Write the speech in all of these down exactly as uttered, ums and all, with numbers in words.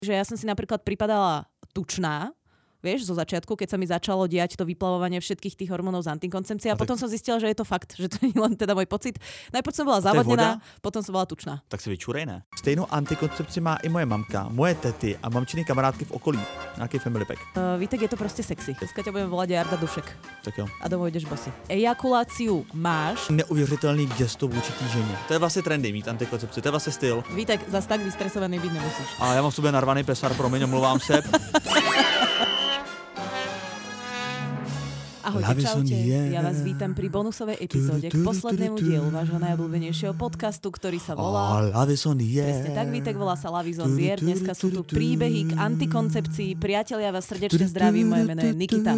Že ja som si napríklad pripadala tučná, vieš, zo začiatku, keď sa mi začalo diať to vyplavovanie všetkých tých hormónov z antikoncepcie a, a potom tak... som zistila, že je to fakt, že to nie je len teda môj pocit. Najprv som bola zavodnená, potom som bola tučná. Tak si vyčurej, ne? Stejnou antikoncepci má i moje mamka, moje tety a mamčiny kamarádky v okolí. Nějaký family pack. Uh, Vítek, je to prostě sexy. Dneska ťa budeme volať Jarda Dušek. Tak jo. A domů jdeš bosy. Ejakuláciu máš. Neuvěřitelný gesto vůči té ženě. To je vlastně trendy mít antikoncepci, to je vlastně styl. Vítek, zas tak vystresovaný být nemusíš. A já mám v sobě narvaný pesar, promiň, omlouvám se. Ahojte, čaute. Ja vás vítam pri bonusovej epizóde k poslednému dielu vášho najobľúbenejšieho podcastu, ktorý sa volá... Presne tak, Vítek, volá sa Lavizon Vier. Dneska sú tu príbehy k antikoncepcii. Priatelia, vás srdečne zdravím, moje meno je Nikita.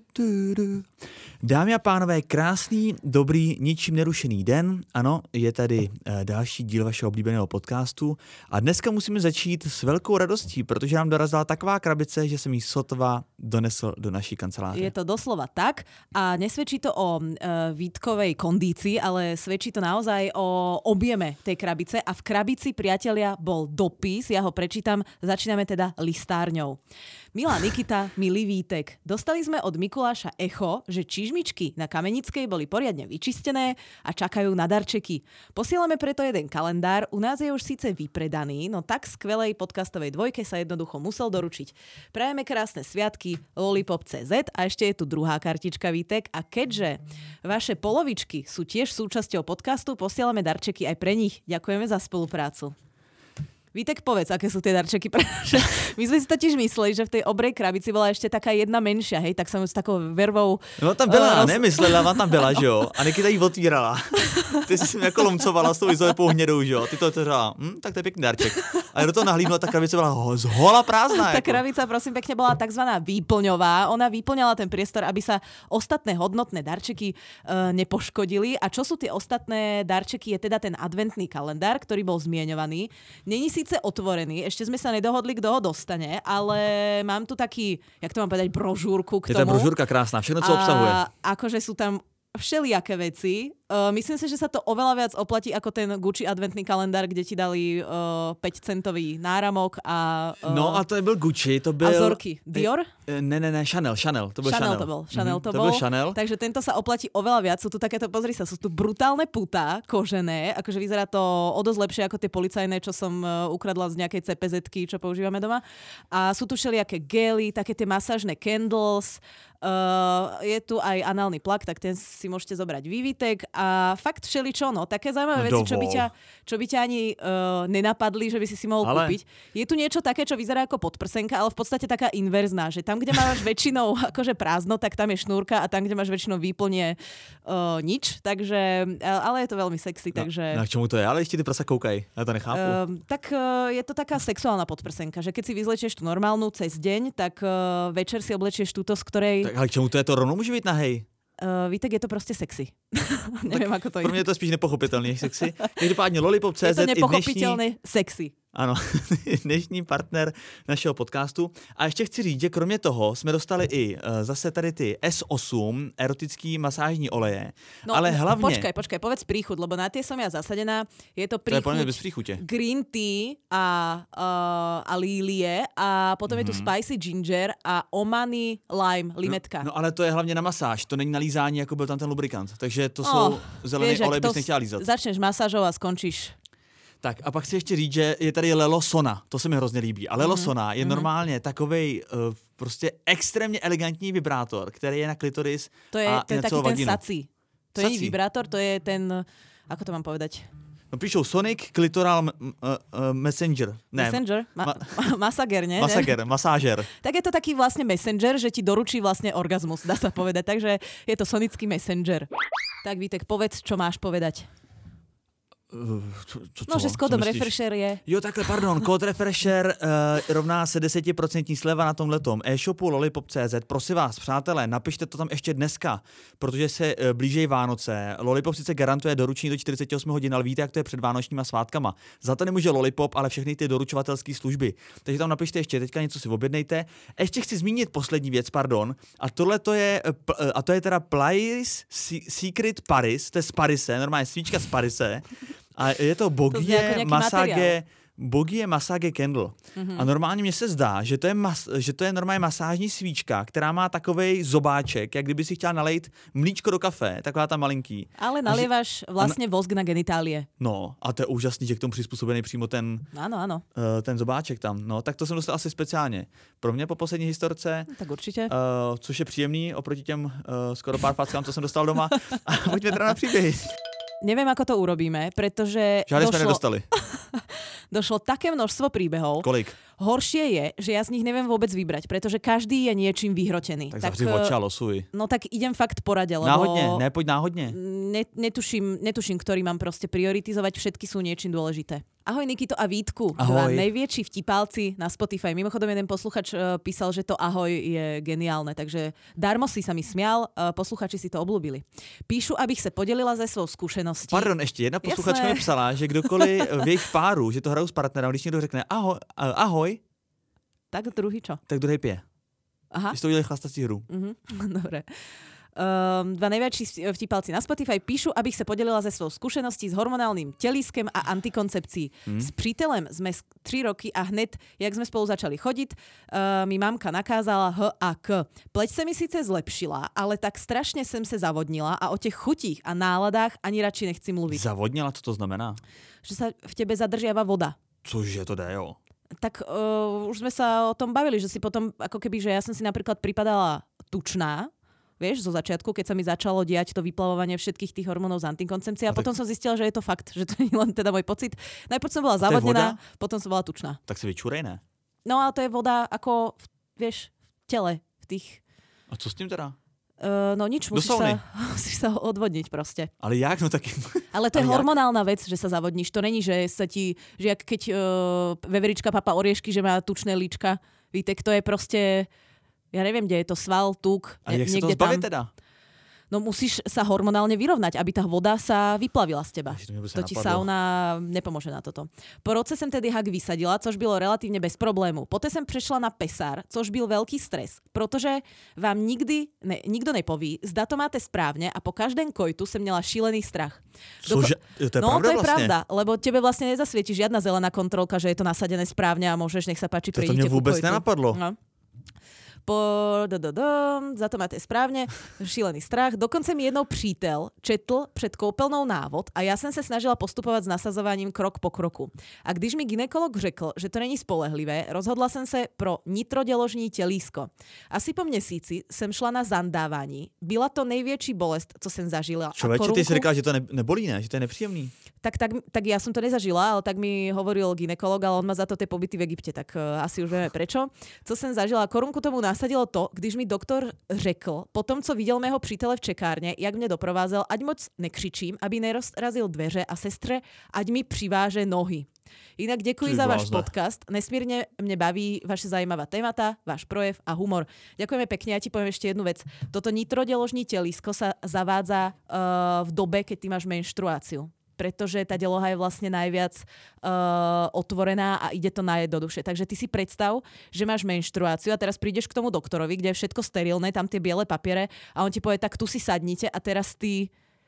Dámy a pánové, krásný, dobrý, ničím nerušený den. Ano, je tady e, další díl vašeho oblíbeného podcastu. A dneska musíme začít s velkou radostí, protože nám dorazila taková krabice, že jsem ji sotva donesl do naší kanceláře. Je to doslova tak a nesvedčí to o e, Vítkovej kondícii, ale svedčí to naozaj o objeme tej krabice a v krabici, priatelia, bol dopis, ja ho prečítam, začíname teda listárňou. Milá Nikita, milý Vítek, dostali sme od Mikuláša echo, že čižmičky na Kamenickej boli poriadne vyčistené a čakajú na darčeky. Posielame preto jeden kalendár, u nás je už síce vypredaný, no tak skvelej podcastovej dvojke sa jednoducho musel doručiť. Prajeme krásne sviatky, lollipop bodka cé zet a ešte je tu druhá kartička, Vítek, a keďže vaše polovičky sú tiež súčasťou podcastu, posielame darčeky aj pre nich. Ďakujeme za spoluprácu. Vítek, povedz, aké sú tie darčeky. My sme si totiž mysleli, že v tej obrej krabici bola ešte taká jedna menšia, hej, tak som ju s takou vervou... No tam byla, uh, roz... nemyslela, ona tam byla, že jo? A Nikita jí otvírala. Ty jsi si mi jako lomcovala s tou izolepou hnědou, že jo? Ty to otevřela, hm, tak to je pěkný darček. A do toho nahlídla, ta krabice byla z hola prázdná. Ta jako. krabica, prosím pekne, bola takzvaná výplňová. Ona vyplňala ten priestor, aby sa ostatné hodnotné darčeky uh, nepoškodili. A čo sú tie ostatné darčeky? Je teda ten adventný kalendár, ktorý bol zmieňovaný. Není síce otvorený, ešte sme sa nedohodli, kto ho dostane, ale mám tu taký, jak to mám povedať, brožúrku k tomu. Je tá brožúrka krásna, všechno, co obsahuje. A akože sú tam všelijaké veci. Uh, myslím si, že sa to oveľa viac oplatí ako ten Gucci adventný kalendár, kde ti dali uh, päťcentový náramok a... Uh, no a to nebyl Gucci, to byl... A vzorky. Dior? Ne, ne, ne, Chanel, Chanel. To byl Chanel. Chanel. to bol, Chanel mm-hmm, to, to bol. bol Chanel. Takže tento sa oplatí oveľa viac. Sú tu takéto, pozri sa, sú tu brutálne putá, kožené, akože vyzerá to o dosť lepšie ako tie policajné, čo som uh, ukradla z nejakej cé pé zetky, čo používame doma. A sú tu všelijaké gely, také tie masážne candles, Uh, je tu aj análny plak, tak ten si môžete zobrať vývitek a fakt všeličo, no, také zaujímavé veci, čo by ťa, čo by ťa ani uh, nenapadli, že by si si mohol ale... kúpiť. Je tu niečo také, čo vyzerá ako podprsenka, ale v podstate taká inverzná, že tam, kde máš väčšinou akože prázdno, tak tam je šnúrka a tam, kde máš väčšinou výplne uh, nič, takže, ale je to veľmi sexy, no, takže... Na k čomu to je? Ale ešte ty prasa koukaj, ja to nechápu. Uh, tak uh, je to taká sexuálna podprsenka, že keď si vyzlečieš tú normálnu cez deň, tak uh, večer si oblečieš túto, z ktorej... Tak ale k čemu to je, to rovnou může být nahej? Uh, Vítek, je to prostě sexy. Nevím, ako to je. Pro mě je to spíš nepochopitelný sexy. Každopádně lollipop bodka cé zet je to nepochopitelný dnešní... sexy. Ano, dnešní partner našeho podcastu. A ještě chci říct, že kromě toho jsme dostali i uh, zase tady ty es osm, erotický masážní oleje. No, ale hlavně... Počkaj, počkaj, povedz príchuť, lebo na tie som ja zasadená. Je to príchuť to je bez príchute. Green tea a, uh, a lílie a potom mm-hmm. je tu spicy ginger a omani lime, limetka. No, no ale to je hlavně na masáž, to není na lízání, jako byl tam ten lubrikant. Takže to oh, jsou zelený vieš, olej, bys nechtěla lízat. Začneš masážou a skončíš. Tak a pak chci ještě říct, že je tady Lelosona, to se mi hrozně líbí. A Lelosona mm-hmm. je normálně takovej uh, prostě extrémně elegantní vibrátor, který je na klitoris to je, a to je na celou taký vaginu. ten sací. To je vibrátor, to je ten, ako to mám povedať? No píšou Sonic Clitoral m- m- uh, Messenger. Ne. Messenger? Ma- ma- masager, ne? Masager, masážer. Tak je to taký vlastne messenger, že ti doručí vlastne orgazmus, dá sa povedať. Takže je to sonický messenger. Tak Vítek, povedz, čo máš povedať. Uh, co, co, no, že s kódom Refresher je... Jo, takhle, pardon, kód Refresher uh, rovná se deset procent sleva na tomhletom e-shopu lollipop bodka cé zet. Prosím vás, přátelé, napište to tam ještě dneska, protože se uh, blížejí Vánoce. Lollipop sice garantuje doručení do čtyřicet osm hodin, ale víte, jak to je před vánočníma svátkama. Za to nemůže Lollipop, ale všechny ty doručovatelské služby. Takže tam napište ještě teďka něco si objednejte. Ještě chci zmínit poslední věc, pardon. A tohle to je, a to je teda Paris Secret Paris, to je z Parise, normálně svíčka z Parise. A je to bogie, masage, Bogie je Massage Candle. Mm-hmm. A normálně mně se zdá, že to je, mas, že to je normálně masážní svíčka, která má takovej zobáček, jak kdyby si chtěla nalejt mlíčko do kafe, taková ta malinký. Ale nalievaš že, vlastně na, vosk na genitálie. No, a to je úžasný, že k tomu přizpůsobený přímo ten, ano, ano. Uh, ten zobáček tam. No, tak to jsem dostal asi speciálně. Pro mě po poslední historce, no, tak určitě. Uh, což je příjemný oproti těm uh, skoro pár fackám, co jsem dostal doma. A pojďme teda na příběhy. Neviem, ako to urobíme, pretože Žiadne došlo, sme nedostali. došlo také množstvo príbehov. Kolik? Horšie je, že ja z nich neviem vôbec vybrať, pretože každý je niečím vyhrotený. Tak, tak zavři oči a losuj. No tak idem fakt porade, lebo... Náhodne, ne, poď náhodne. Ne, netuším, netuším, ktorý mám proste prioritizovať, všetky sú niečím dôležité. Ahoj Nikito a Vítku, dva najväčší vtipálci na Spotify. Mimochodom jeden posluchač uh, písal, že to ahoj je geniálne, takže darmo si sa mi smial, uh, posluchači si to obľúbili. Píšu, abych se podelila ze svou zkušeností. Pardon, ještě jedna posluchačka mi psala, že kdokoliv v jejich páru, že to hrajou s partnerem, když někdo řekne ahoj, uh, ahoj, tak druhý čo? Tak druhý pije. Aha. Když to udělali chlastací hru. Uh-huh. Dobre. Um, dva najväčší vtipálci na Spotify píšu, abych sa podelila ze svou skúseností s hormonálnym telískem a antikoncepcií. Hmm. S přítelem sme tři roky a hned, jak sme spolu začali chodiť, uh, mi mamka nakázala H a K. Pleť se mi síce zlepšila, ale tak strašne sem se zavodnila a o těch chutích a náladách ani radši nechci mluvit. Zavodnila? Co to znamená? Že sa v tebe zadržiava voda. Cože to jde, jo? Tak uh, už sme sa o tom bavili, že si potom, ako keby, že ja som si napríklad pripadala tučná, vieš, zo začiatku, keď sa mi začalo diať to vyplavovanie všetkých tých hormónov z antikoncepcie a, a potom tak... som zistila, že je to fakt, že to nie je len teda môj pocit. Najprv som bola zavodnená, potom som bola tučná. Tak si vyčurej, ne? No ale to je voda ako, vieš, v tele, v tých... A co s tým teda? Uh, no nič, musíš sa, musíš sa odvodniť proste. Ale jak? No tak... Ale to je hormonálna vec, že sa zavodníš. To není, že sa ti, že jak keď uh, veverička papa oriešky, že má tučné líčka. Víte, to je proste... Ja neviem, kde je to sval, tuk. A jak sa to zbaviť teda? No musíš sa hormonálne vyrovnať, aby tá voda sa vyplavila z teba. Ježi, to, to ti sauna nepomôže na toto. Po roce jsem tedy hak vysadila, což bylo relativně bez problému. Poté jsem přešla na pesár, což byl velký stres, protože vám nikdy ne, nikdo nepoví, zda to máte správně a po každém kojtu jsem měla šílený strach. Cože? To je no, pravda to je vlastne? pravda, lebo tebe vlastne nezasvieti žiadna zelená kontrolka, že je to nasadené správne a môžeš, nech sa páči, to prídite to mne vôbec nenapadlo. No. Po, do, do, do, za to máte správne, šílený strach. Dokonce mi jednou přítel četl před koupelnou návod a já jsem se snažila postupovat s nasazováním krok po kroku. A když mi gynekolog řekl, že to není spolehlivé, rozhodla jsem se pro nitroděložní tělísko. Asi po měsíci jsem šla na zandávání. Byla to největší bolest, co jsem zažila. Člověče, korunku... ty si říkala, že to ne, nebolí, ne? Že to je nepříjemný. Tak, tak, tak ja som to nezažila, ale tak mi hovoril gynekolog, ale on má za to tie pobyty v Egypte, tak uh, asi už vieme prečo. Co jsem zažila? Korunku tomu nasadilo to, když mi doktor řekl, po tom, co viděl mého přítele v čekárně, jak mě doprovázel, ať moc nekřičím, aby nerozrazil dveře a sestře, ať mi přiváže nohy. Inak děkuji za váš podcast. Nesmírne mne baví vaše zajímavá témata, váš projev a humor. Ďakujeme pekne. Ja ti poviem ešte jednu vec. Toto nitrodeložní telísko sa zavádza uh, v dobe, keď ty máš menštruáciu. Pretože tá deloha je vlastne najviac uh, otvorená a ide to najjednoduchšie. Takže ty si predstav, že máš menštruáciu a teraz prídeš k tomu doktorovi, kde je všetko sterilné, tam tie biele papiere a on ti povie, tak tu si sadnite a teraz ty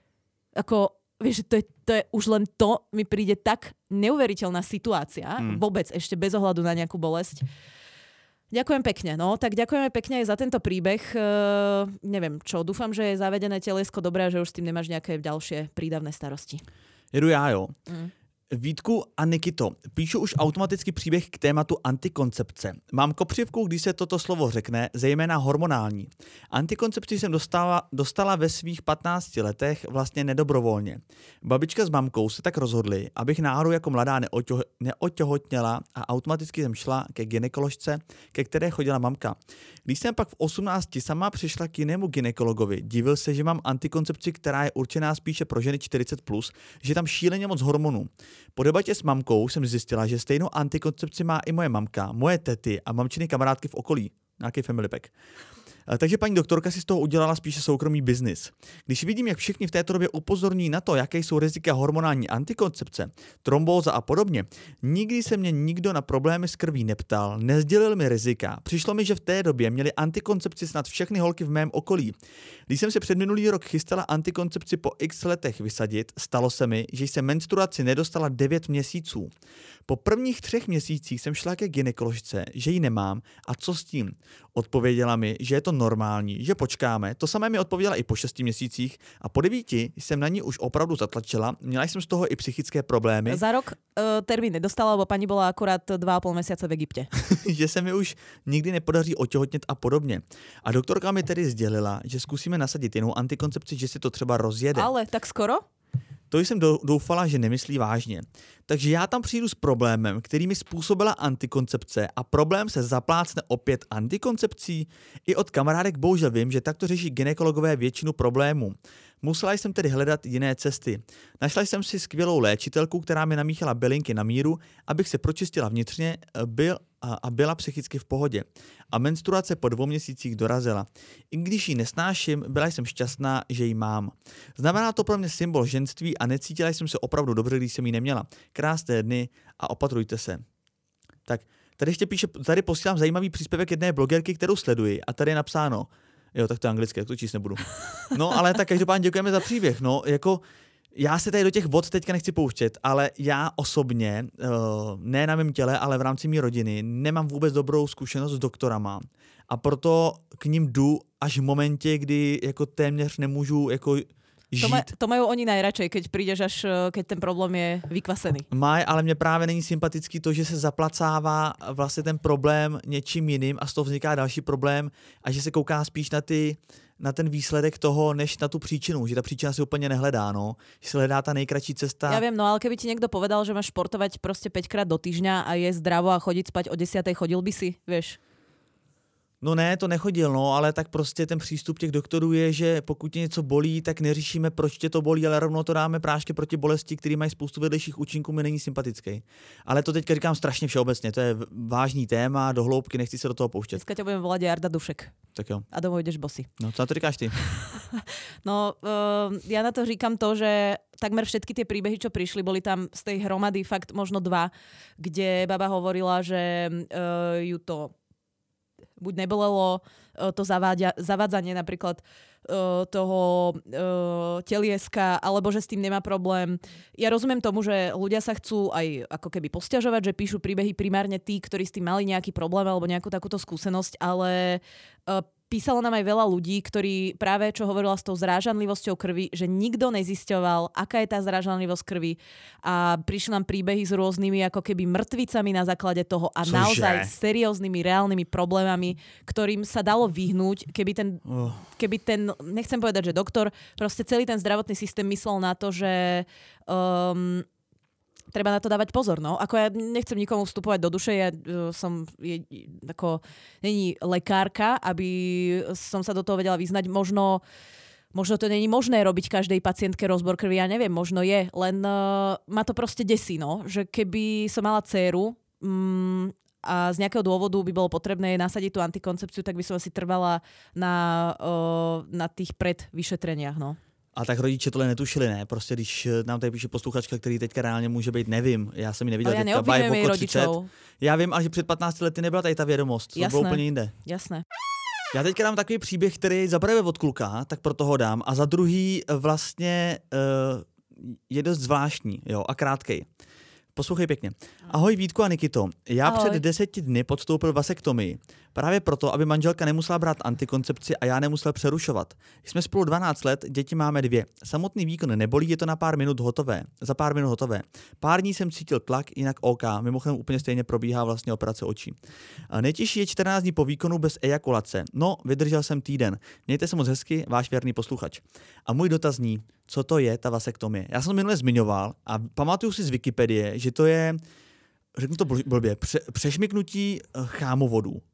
ako, vieš, to je, to je už len to, mi príde tak neuveriteľná situácia, mm. vôbec ešte bez ohľadu na nejakú bolesť. Ďakujem pekne. No, tak ďakujeme pekne aj za tento príbeh. Uh, neviem čo, dúfam, že je zavedené telesko dobré a že už s tým nemáš nejaké ďalšie prídavné starosti. Jedu já, jo. Mm. Vítku a Nikito, píšu už automaticky příběh k tématu antikoncepce. Mám kopřivku, když se toto slovo řekne, zejména hormonální. Antikoncepci jsem dostala, dostala ve svých patnácti letech vlastně nedobrovolně. Babička s mamkou se tak rozhodli, abych náhodou jako mladá neoťo, neotěhotněla a automaticky jsem šla ke gynekoložce, ke které chodila mamka. Když jsem pak v osmnácti sama přišla k jinému gynekologovi, divil se, že mám antikoncepci, která je určená spíše pro ženy čtyřicet plus, že tam šíleně moc hormonů. Po debatě s mamkou jsem zjistila, že stejnou antikoncepci má i moje mamka, moje tety a mamčiny kamarádky v okolí. Nějaký family pack. Takže paní doktorka si z toho udělala spíše soukromý biznis. Když vidím, jak všichni v této době upozorní na to, jaké jsou rizika hormonální antikoncepce, trombóza a podobně, nikdy se mě nikdo na problémy s krví neptal, nezdělil mi rizika. Přišlo mi, že v té době měli antikoncepci snad všechny holky v mém okolí. Když jsem se před minulý rok chystala antikoncepci po x letech vysadit, stalo se mi, že jsem menstruaci nedostala devět měsíců. Po prvních třech měsících jsem šla ke gynekoložce, že ji nemám a co s tím? Odpověděla mi, že je to normální, že počkáme. To samé mi odpověděla i po šesti měsících a po devíti jsem na ní už opravdu zatlačila. Měla jsem z toho i psychické problémy. Za rok uh, termín nedostala, lebo paní byla akurát dva a půl měsíce v Egyptě. Že se mi už nikdy nepodaří otěhotnět a podobně. A doktorka mi tedy sdělila, že zkusíme nasadit jinou antikoncepci, že si to třeba rozjede. Ale tak skoro? To jsem doufala, že nemyslí vážně. Takže já tam přijdu s problémem, který mi způsobila antikoncepce a problém se zaplácne opět antikoncepcí. I od kamarádek bohužel vím, že takto řeší gynekologové většinu problémů. Musela jsem tedy hledat jiné cesty. Našla jsem si skvělou léčitelku, která mi namíchala bylinky na míru, abych se pročistila vnitřně byl, a byla psychicky v pohodě. A menstruace po dvou měsících dorazila. I když ji nesnáším, byla jsem šťastná, že ji mám. Znamená to pro mě symbol ženství a necítila jsem se opravdu dobře, když jsem ji neměla. Krásné dny a opatrujte se. Tak, tady ještě píše, tady posílám zajímavý příspěvek jedné blogerky, kterou sleduji a tady je napsáno. Jo, tak to je anglické, to číst nebudu. No, ale tak každopádně děkujeme za příběh. No, jako já se tady do těch vod teďka nechci pouštět, ale já osobně, ne na mém těle, ale v rámci mé rodiny, nemám vůbec dobrou zkušenost s doktorama. A proto k ním jdu až v momentě, kdy jako téměř nemůžu jako žít. To, maj, to majú oni najradšej, keď prídeš až, keď ten problém je vykvasený. Maj, ale mně právě není sympatický to, že se zaplacává vlastně ten problém něčím jiným a z toho vzniká další problém a že se kouká spíš na ty na ten výsledek toho, než na tu příčinu, že ta příčina se úplně nehledá, no. Že se hledá ta nejkratší cesta. Ja viem, no ale keby ti niekto povedal, že máš športovať proste päťkrát do týždňa a je zdravo a chodiť spať o desiatej, chodil by si, vieš? No ne, to nechodil, no, ale tak prostě ten přístup těch doktorů je, že pokud tě něco bolí, tak neřešíme, proč tě to bolí, ale rovnou to dáme prášky proti bolesti, který mají spoustu vedlejších účinků, mi není sympatický. Ale to teďka říkám strašně všeobecně, to je vážný téma, do hloubky, nechci se do toho pouštět. Dneska tě budeme volat Jarda Dušek. Tak jo. A domů jdeš bosy. No, co na to říkáš ty? No, uh, ja na to říkam to, že takmer všetky tie príbehy, čo prišli, boli tam z tej hromady fakt možno dva, kde baba hovorila, že uh, ju to buď nebolelo to zaváďa, zavádzanie napríklad uh, toho uh, telieska, alebo že s tým nemá problém. Ja rozumiem tomu, že ľudia sa chcú aj ako keby posťažovať, že píšu príbehy primárne tí, ktorí s tým mali nejaký problém alebo nejakú takúto skúsenosť, ale uh, písalo nám aj veľa ľudí, ktorí práve, čo hovorila s tou zrážanlivosťou krvi, že nikto nezisťoval, aká je tá zrážanlivosť krvi a prišli nám príbehy s rôznymi ako keby mŕtvicami na základe toho a Cože? naozaj serióznymi, reálnymi problémami, ktorým sa dalo vyhnúť, keby ten, oh. keby ten, nechcem povedať, že doktor, proste celý ten zdravotný systém myslel na to, že um, treba na to dávať pozor, no. Ako ja nechcem nikomu vstupovať do duše, ja uh, som, je, ako, není lekárka, aby som sa do toho vedela vyznať. Možno, možno to není možné robiť každej pacientke rozbor krvi, ja neviem, možno je, len uh, ma to proste desí, no. Že keby som mala dcéru um, a z nejakého dôvodu by bolo potrebné nasadiť tú antikoncepciu, tak by som asi trvala na, uh, na tých predvyšetreniach, no. A tak rodiče tohle netušili, ne? Prostě když nám tady píše posluchačka, který teďka reálně může být, nevím, já jsem ji neviděl. Ale ja neobvinujem jej rodičov. Já vím, ale že před patnácti lety nebyla tady ta vědomost, to bylo úplně jinde. Jasné. Já teďka dám takový příběh, který za prvé od kluka, tak pro toho dám, a za druhý vlastně uh, je dost zvláštní, jo, a krátkej. Poslouchej pěkně. Ahoj Vítku a Nikito. Já Ahoj. před deseti dny podstoupil vasektomii. Právě proto, aby manželka nemusela brát antikoncepci a já nemusel přerušovat. Jsme spolu dvanáct let, děti máme dvě. Samotný výkon nebolí, je to na pár minut hotové. Za pár minut hotové. Pár dní jsem cítil tlak, jinak OK. Mimochodem úplně stejně probíhá vlastně operace očí. A nejtěžší je čtrnáct dní po výkonu bez ejakulace. No, vydržel jsem týden. Mějte se moc hezky, váš věrný posluchač. A můj dotaz zní, co to je ta vasektomie? Já jsem to minule zmiňoval a pamatuju si z Wikipedie, že to je, řeknu to blbě, pře- přešmyknutí chámovodů.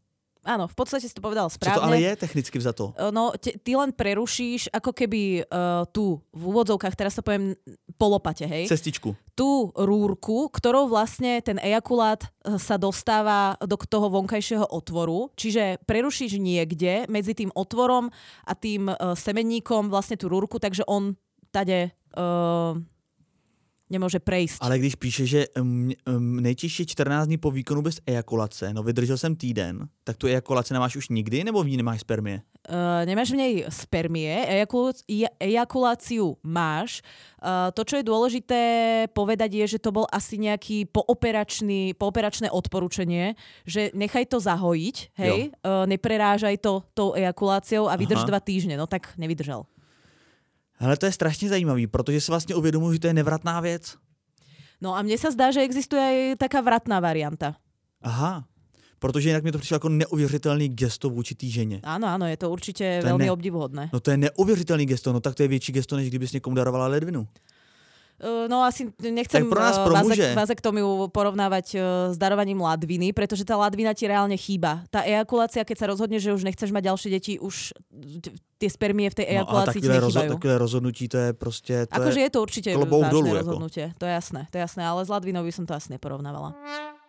Áno, v podstate si to povedal správne. Co to ale je technicky vzato? No, ty, ty len prerušíš ako keby uh, tu v úvodzovkách, teraz to poviem polopate, hej? Cestičku. Tú rúrku, ktorou vlastne ten ejakulát sa dostáva do toho vonkajšieho otvoru. Čiže prerušíš niekde medzi tým otvorom a tým uh, semenníkom vlastne tú rúrku, takže on tade... Uh, nemůže prejsť. Ale když píše, že um, um, nejtěžší čtrnáct dní po výkonu bez ejakulace, no vydržel jsem týden, tak tu ejakulaci nemáš už nikdy, nebo v ní nemáš spermie? Uh, nemáš v nej spermie, ejakul- ejakuláciu máš. Uh, to, čo je dôležité povedať, je, že to bol asi nejaký pooperačný, pooperačné odporúčanie, že nechaj to zahojiť, hej, uh, neprerážaj to tou ejakuláciou a vydrž Aha. dva týždne. No tak nevydržel. Ale to je strašně zajímavý, protože si vlastně uvědomuji, že to je nevratná věc. No a mne sa zdá, že existuje aj taká vratná varianta. Aha, protože jinak mi to přišlo jako neuvěřitelný gesto vůči té ženě. Áno, áno, je to určitě to velmi ne... obdivuhodné. No to je neuvěřitelný gesto, no tak to je větší gesto, než kdybys někomu darovala ledvinu. No asi nechcem vazek, vazektomiu porovnávať s darovaním ladviny, pretože tá ladvina ti reálne chýba. Tá ejakulácia, keď sa rozhodneš, že už nechceš mať ďalšie deti, už tie spermie v tej ejakulácii no, ti nechýbajú. Takové rozhodnutí, to je proste... To akože je to určite vážne dolu, rozhodnutie. Ako. To je jasné, to je jasné, ale s ladvinou by som to asi neporovnávala.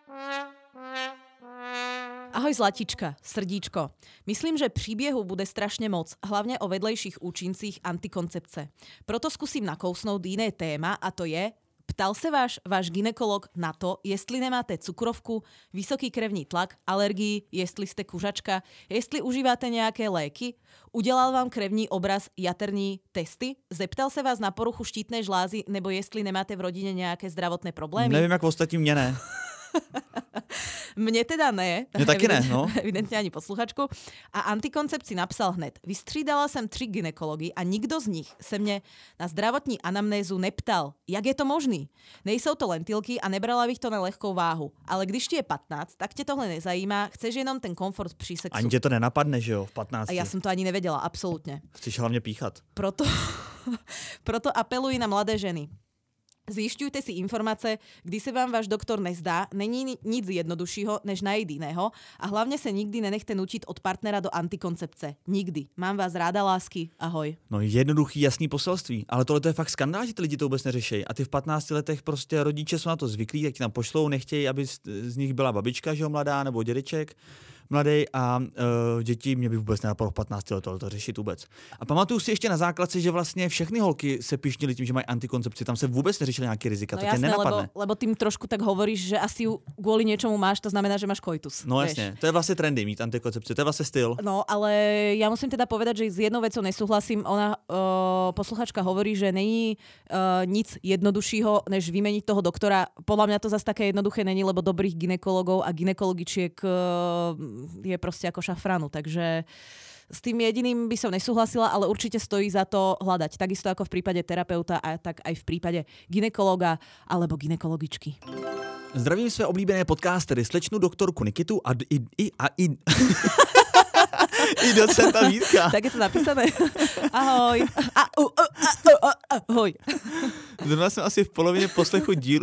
Ahoj zlatička, srdíčko. Myslím, že příběhu bude strašně moc, hlavně o vedlejších účincích antikoncepce. Proto zkusím nakousnout jiné téma a to je, ptal se váš, váš gynekolog na to, jestli nemáte cukrovku, vysoký krevní tlak, alergii, jestli jste kuřačka, jestli užíváte nějaké léky, udělal vám krevní obraz, jaterní testy, zeptal se vás na poruchu štítné žlázy nebo jestli nemáte v rodině nějaké zdravotné problémy? Nevím, jak ostatní mě ne. Mne teda ne. Mne taky ne, no. Evidentne ani posluchačku. A antikoncepci napsal hned. Vystřídala jsem tři gynekology a nikdo z nich se mě na zdravotní anamnézu neptal. Jak je to možný? Nejsou to lentilky a nebrala bych to na lehkou váhu. Ale když ti je patnáct, tak tě tohle nezajímá, chceš jenom ten komfort při sexu. Ani tě to nenapadne, že jo, v patnácti. A já jsem to ani nevedela, absolutně. Chceš hlavně píchat. Proto, proto apeluji na mladé ženy. Zjišťujte si informace, kdy se vám váš doktor nezdá, není nic jednoduššího, než najít jiného a hlavně se nikdy nenechte nutit od partnera do antikoncepce. Nikdy. Mám vás ráda, lásky. Ahoj. No jednoduchý, jasný poselství, ale tohle to je fakt skandál, že ty lidi to vůbec neřeší. A ty v patnácti letech prostě rodiče jsou na to zvyklí, tak ti tam pošlou, nechtějí, aby z nich byla babička, že jo, mladá, nebo dědeček mladý a uh, děti mě by vůbec nenapadlo v patnácti letech to řešit vůbec. A pamatuju si ještě na základce, že vlastně všechny holky se pišnily tím, že mají antikoncepci, tam se vůbec neřešily nějaký rizika, no to jasné, tě nenapadne. Lebo, lebo tým trošku tak hovoríš, že asi ju kvôli niečomu máš, to znamená, že máš koitus. No vieš. Jasně, to je vlastně trendy mít antikoncepci, to je vlastně styl. No, ale ja musím teda povedať, že s jednou vecou nesúhlasím. Ona, uh, posluchačka hovorí, že není uh, nic jednoduššího, než vymeniť toho doktora. Podľa mňa to zase také jednoduché není, lebo dobrých gynekologov a gynekologičiek uh, je proste ako šafránu, takže s tým jediným by som nesúhlasila, ale určite stojí za to hľadať. Takisto ako v prípade terapeuta a tak aj v prípade gynekologa alebo gynekologičky. Zdravím své oblíbené podcastery, slečnu doktorku Nikitu a i... i, a i i docenta Vítka. Tak je to napísané. Ahoj. A, uh, uh, uh, uh, ahoj. Zrovna jsem asi v polovině poslechu dílu.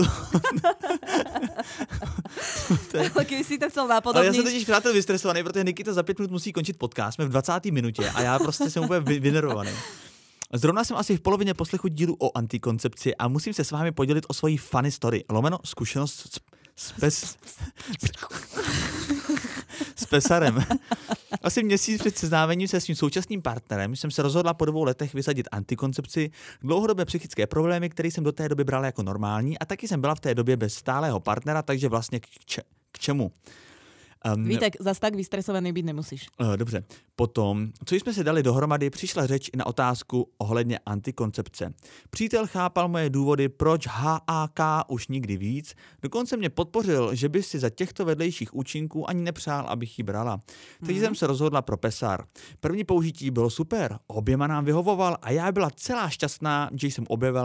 Ale kdyby si to chcel napodobniť. Ale já jsem totiž přátel vystresovaný, protože Nikita za pět minut musí končit podcast. Jsme v dvacáté minutě a já prostě jsem úplně vynervovaný. Zrovna jsem asi v polovině poslechu dílu o antikoncepci a musím se s vámi podělit o svoji funny story. Lomeno zkušenost s, s, pes, s pesarem. Asi měsíc před seznámením se svým současným partnerem jsem se rozhodla po dvou letech vysadit antikoncepci, dlouhodobé psychické problémy, které jsem do té doby brala jako normální a taky jsem byla v té době bez stálého partnera, takže vlastně k, če, k čemu? Um, Vítek, zas tak vystresovaný být nemusíš. Uh, dobře. Potom, co jsme se dali dohromady, přišla řeč na otázku ohledně antikoncepce. Přítel chápal moje důvody, proč H A K už nikdy víc, dokonce mě podpořil, že by si za těchto vedlejších účinků ani nepřál, abych ji brala. Takže mm. jsem se rozhodla pro pesar. První použití bylo super, oběma nám vyhovoval a já byla celá šťastná, že jsem objevila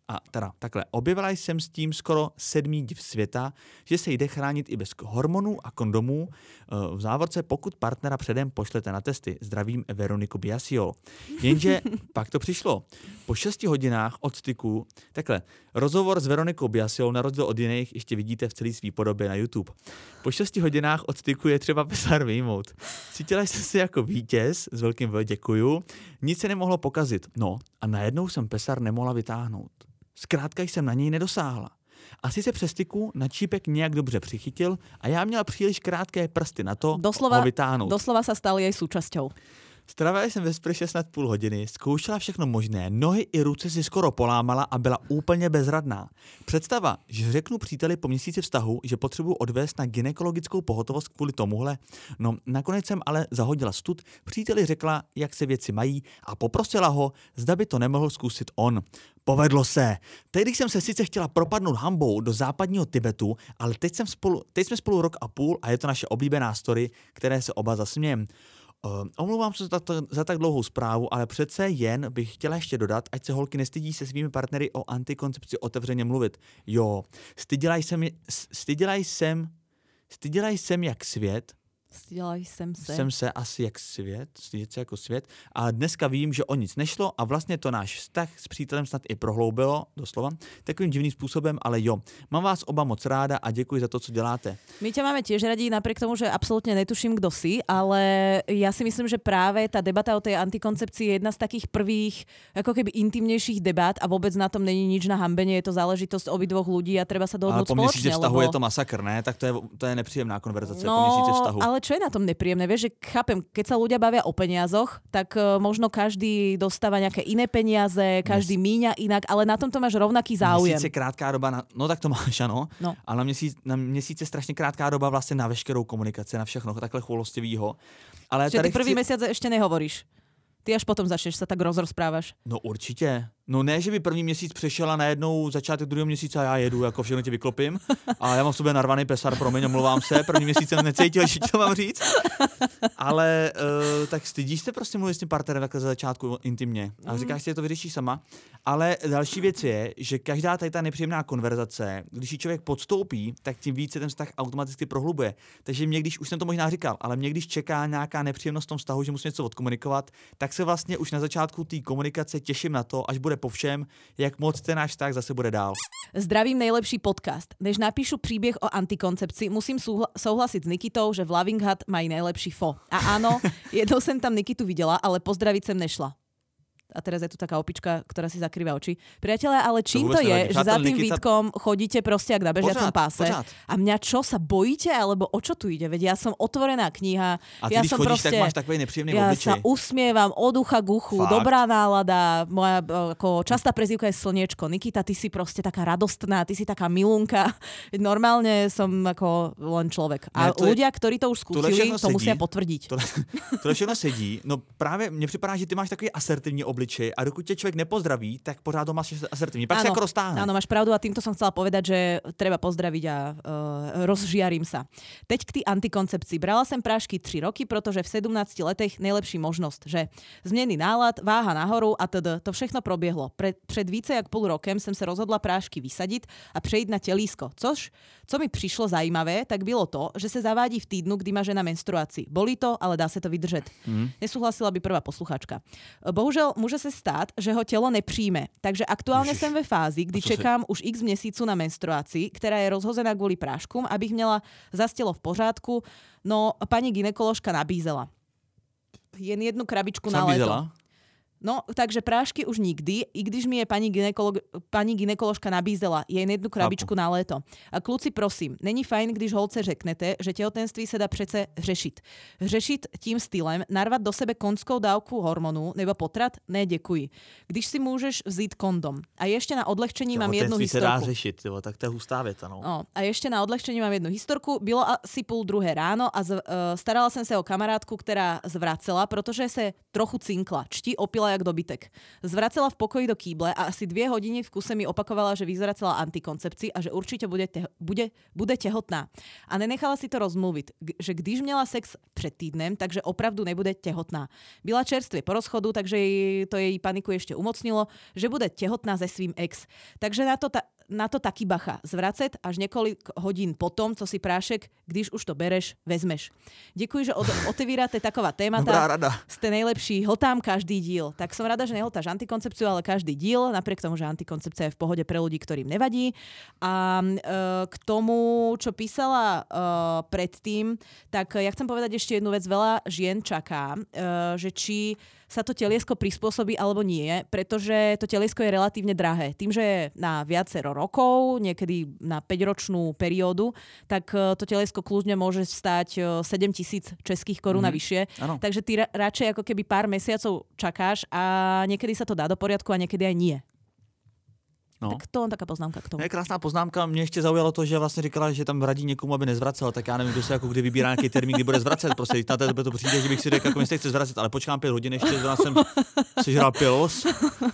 A teda takhle, objevila jsem s tím skoro sedmý div světa, že se jde chránit i bez hormonů a kondomů. V závorce, pokud partnera předem pošlete na testy. Zdravím Veroniku Biasiol. Jenže pak to přišlo. Po šesti hodinách od styku, takhle, rozhovor s Veronikou Biasiol na rozdíl od jiných ještě vidíte v celé své podobě na YouTube. Po šesti hodinách od styku je třeba pesár vyjmout. Cítila jsem se jako vítěz, s velkým V, děkuju. Nic se nemohlo pokazit. No a najednou jsem pesár nemohla vytáhnout. Zkrátka jsem na něj nedosáhla. Asi se přes styku na čípek nějak dobře přichytil a já měla příliš krátké prsty na to, doslova, ho vytáhnout. Doslova sa stal jej súčasťou. Strávila jsem ve sprše snad půl hodiny, zkoušela všechno možné, nohy i ruce si skoro polámala a byla úplně bezradná. Představa, že řeknu příteli po měsíci vztahu, že potřebuji odvést na gynekologickou pohotovost kvůli tomuhle, no nakonec jsem ale zahodila stud, příteli řekla, jak se věci mají a poprosila ho, zda by to nemohl zkusit on. Povedlo se. Tehdy jsem se sice chtěla propadnout hambou do západního Tibetu, ale teď, jsem spolu, teď jsme spolu rok a půl a je to naše oblíbená story, které se oba zasmějem. Uh, omlouvám se za, to, za tak dlouhou zprávu, ale přece jen bych chtěla ještě dodat, ať se holky nestydí se svými partnery o antikoncepci otevřeně mluvit. Jo, styděla jsem, styděla jsem, styděla jsem jak svět, Styděla jsem se. Jsem se asi jak svět, stydět se jako svět, ale dneska vím, že o nic nešlo a vlastně to náš vztah s přítelem snad i prohloubilo, doslova, takovým divným způsobem, ale jo, mám vás oba moc ráda a děkuji za to, co děláte. My ťa máme tiež radi, napriek tomu, že absolútne netuším, kto si, ale ja si myslím, že práve tá debata o tej antikoncepcii je jedna z takých prvých, ako keby intimnejších debát a vôbec na tom není nič na hambenie, je to záležitosť obidvoch ľudí a treba sa dohodnúť spoločne. Ale po měsíci vztahu lebo... je to masakr, ne? Tak to je, to je nepříjemná konverzace no, po měsíci vztahu. Ale čo je na tom nepríjemné? Vieš, že chápem, keď sa ľudia bavia o peniazoch, tak uh, možno každý dostáva nejaké iné peniaze, každý yes. míňa inak, ale na tomto máš rovnaký záujem. Měsíc je krátká doba, na, no tak to máš, ano, no. ale na měsíc, na měsíc je strašně krátká doba vlastně na veškerou komunikaci, na všechno, takhle chulostivýho. Ale Čiže tady ty prvý chci... mesiac ešte nehovoríš. Ty až potom začneš sa tak rozrozprávaš. No určitě. No ne, že by první měsíc přešel a najednou začátek druhého měsíce a já jedu, jako všechno tě vyklopím. A já mám v sobě narvaný pesar, promiň, omlouvám se, první měsíc jsem necítil, že to mám říct. Ale uh, tak stydíš se prostě mluvit s tím partnerem takhle za začátku intimně. A říkáš si, že to vyřešíš sama. Ale další věc je, že každá tady ta nepříjemná konverzace, když ji člověk podstoupí, tak tím více ten vztah automaticky prohlubuje. Takže mě, když už jsem to možná říkal, ale mě, když čeká nějaká nepříjemnost v tom vztahu, že musím něco odkomunikovat, tak se vlastně už na začátku té komunikace těším na to, až bude po všem, jak moc ten náš vztah zase bude dál. Zdravím, nejlepší podcast. Než napíšu príbeh o antikoncepcii, musím súhla- souhlasiť s Nikitou, že v Loving Hut mají nejlepší fo. A áno, jednou jsem tam Nikitu viděla, ale pozdraviť sem nešla. A teraz je tu taká opička, ktorá si zakrýva oči. Priatelia, ale čím to, to je, že za tým Nikita... Vítkom chodíte proste jak na bežiacom páse? Pořád. A mňa čo, sa bojíte? Alebo o čo tu ide? Veď ja som otvorená kniha. A ty, ja když som chodíš, proste, tak máš takový nepříjemný ja obličej. Ja sa usmievam od ucha k uchu, Fakt? dobrá nálada, moja ako častá prezývka je Slniečko. Nikita, ty si proste taká radostná, ty si taká milunka. Normálne som ako len človek. A ne, ľudia, je... ktorí to už skúsili, to sedí. Musia potvrdiť. Tohle, tohle všechno sedí. No právě mně připadá, že ty máš takový asertivní obličej a dokud tě človek nepozdraví, tak pořád doma máš asertivní. Pak sa ako roztáhne. Áno, máš pravdu a týmto som chcela povedať, že treba pozdraviť a uh, rozžiarím sa. Teď k tý antikoncepcii. Brala som prášky tri roky, pretože v sedemnástich letech najlepší možnosť, že zmeny nálad, váha nahoru a teda to všechno probiehlo. Pre, pred více jak pol rokem som sa rozhodla prášky vysadiť a prejsť na telísko. Což, co mi prišlo zajímavé, tak bylo to, že sa zavádí v týdnu, kdy má žena menstruácii. Bolí to, ale dá sa to vydržet. Mm. Nesúhlasila by prvá posluchačka. Bohužel môže sa stát, že ho telo nepřijme. Takže aktuálne Ježiš. Som ve fázi, kdy čekám si... už x měsíců na menstruaci, která je rozhozená kvôli práškům, abych měla zas telo v pořádku. No, pani gynekoložka nabízela. Jen jednu krabičku Co na nabízela? leto. No, takže prášky už nikdy, i když mi je pani, gynekolog, pani gynekoložka nabízela jen jednu krabičku Chápu. Na léto. A kluci, prosím, není fajn, když holce řeknete, že těhotenství se dá přece řešit. Řešit tím stylem, narvat do sebe konskou dávku hormonů nebo potrat? Ne, děkuji. Když si můžeš vzít kondom. A ještě na odlehčení mám jednu historku. se dá řešit, tyvo, tak to je hustá věta, no. no. A ještě na odlehčení mám jednu historku. Bylo asi půl druhé ráno a z, uh, starala jsem se o kamarádku, která zvracela, protože se trochu cinkla. Čtí opila jak dobytek. Zvracela v pokoji do kýble a asi dvě hodiny v kuse mi opakovala, že vyzerá celá antikoncepci a že určite bude, te- bude, bude tehotná. A nenechala si to rozmluviť, g- že když měla sex před týdnem, takže opravdu nebude tehotná. Byla čerstvě po rozchodu, takže jej, to jej paniku ešte umocnilo, že bude tehotná se svým ex. Takže na to ta- na to taky bacha. Zvracet až několik hodín potom, co si prášek, když už to bereš, vezmeš. Děkuji, že od, otevíráte taková témata. Dobrá rada. Ste nejlepší. Hltám každý díl. Tak som rada, že nehltáš antikoncepciu, ale každý díl, napriek tomu, že antikoncepcia je v pohode pre ľudí, ktorým nevadí. A e, k tomu, čo písala e, predtým, tak ja chcem povedať ešte jednu vec. Veľa žien čaká, e, že či sa to teliesko prispôsobí alebo nie, pretože to teliesko je relatívne drahé. Tým, že je na viacero rokov, niekedy na päťročnú periódu, tak to teliesko kľudne môže stáť sedem tisíc českých korún a mm-hmm. vyššie. Ano. Takže ty ra- radšej ako keby pár mesiacov čakáš a niekedy sa to dá do poriadku a niekedy aj nie. No. Tak to je taká poznámka k tomu. Je krásná poznámka. Mě ještě zaujalo to, že vlastně říkala, že tam radí někomu, aby nezvracel. Tak já nevím, kdo se jako kdy vybírá nějaký termín, kdy bude zvracet. Prostě na té době to přijde, že bych si řekl, jako jestli chce zvracet, ale počkám pět hodin, ještě zrovna jsem sežral pils.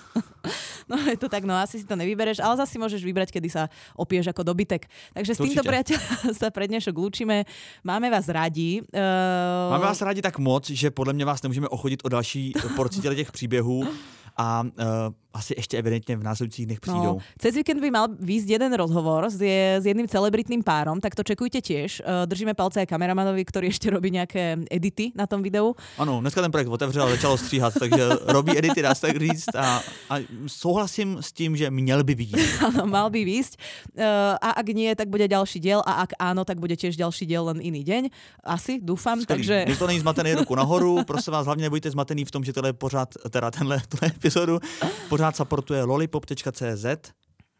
No je to tak, no asi si to nevybereš, ale zase môžeš vybrať, kedy sa opieš ako dobytek. Takže s týmto, priateľ, sa pre dnešok lúčime. Máme vás rádi. Uh... Máme vás rádi tak moc, že podle mě vás nemůžeme ochodit o další porci těch příběhů. A uh, asi ešte evidentne v následujících dnech přijdou. No, cez víkend by mal výjsť jeden rozhovor s, je, s jedným celebritným párom, tak to čekujte tiež. Uh, držíme palce aj kameramanovi, ktorý ešte robí nejaké edity na tom videu. Ano, dneska ten projekt otevřel a začalo stříhat, takže robí edity, dá se tak říct. A, a souhlasím s tím, že měl by vidět. Áno, mal by výjsť. Uh, a ak nie, tak bude ďalší diel a ak áno, tak bude tiež ďalší diel len iný deň. Asi, dúfam. Skvělý. Takže... Když to není zmatený, ruku nahoru, prosím vás, hlavně nebojte zmatený v tom, že tohle pořád, teda tenhle, tuhle epizodu pořád supportuje lollipop tečka cé zet.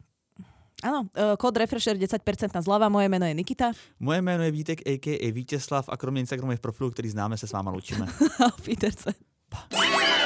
Áno, kód Refresher desať percent zľava, moje meno je Nikita. Moje jméno je Vítek, a ká a. Vítězslav a kromě Instagramových profilů, který známe, se s váma loučíme. Peterce. Pa.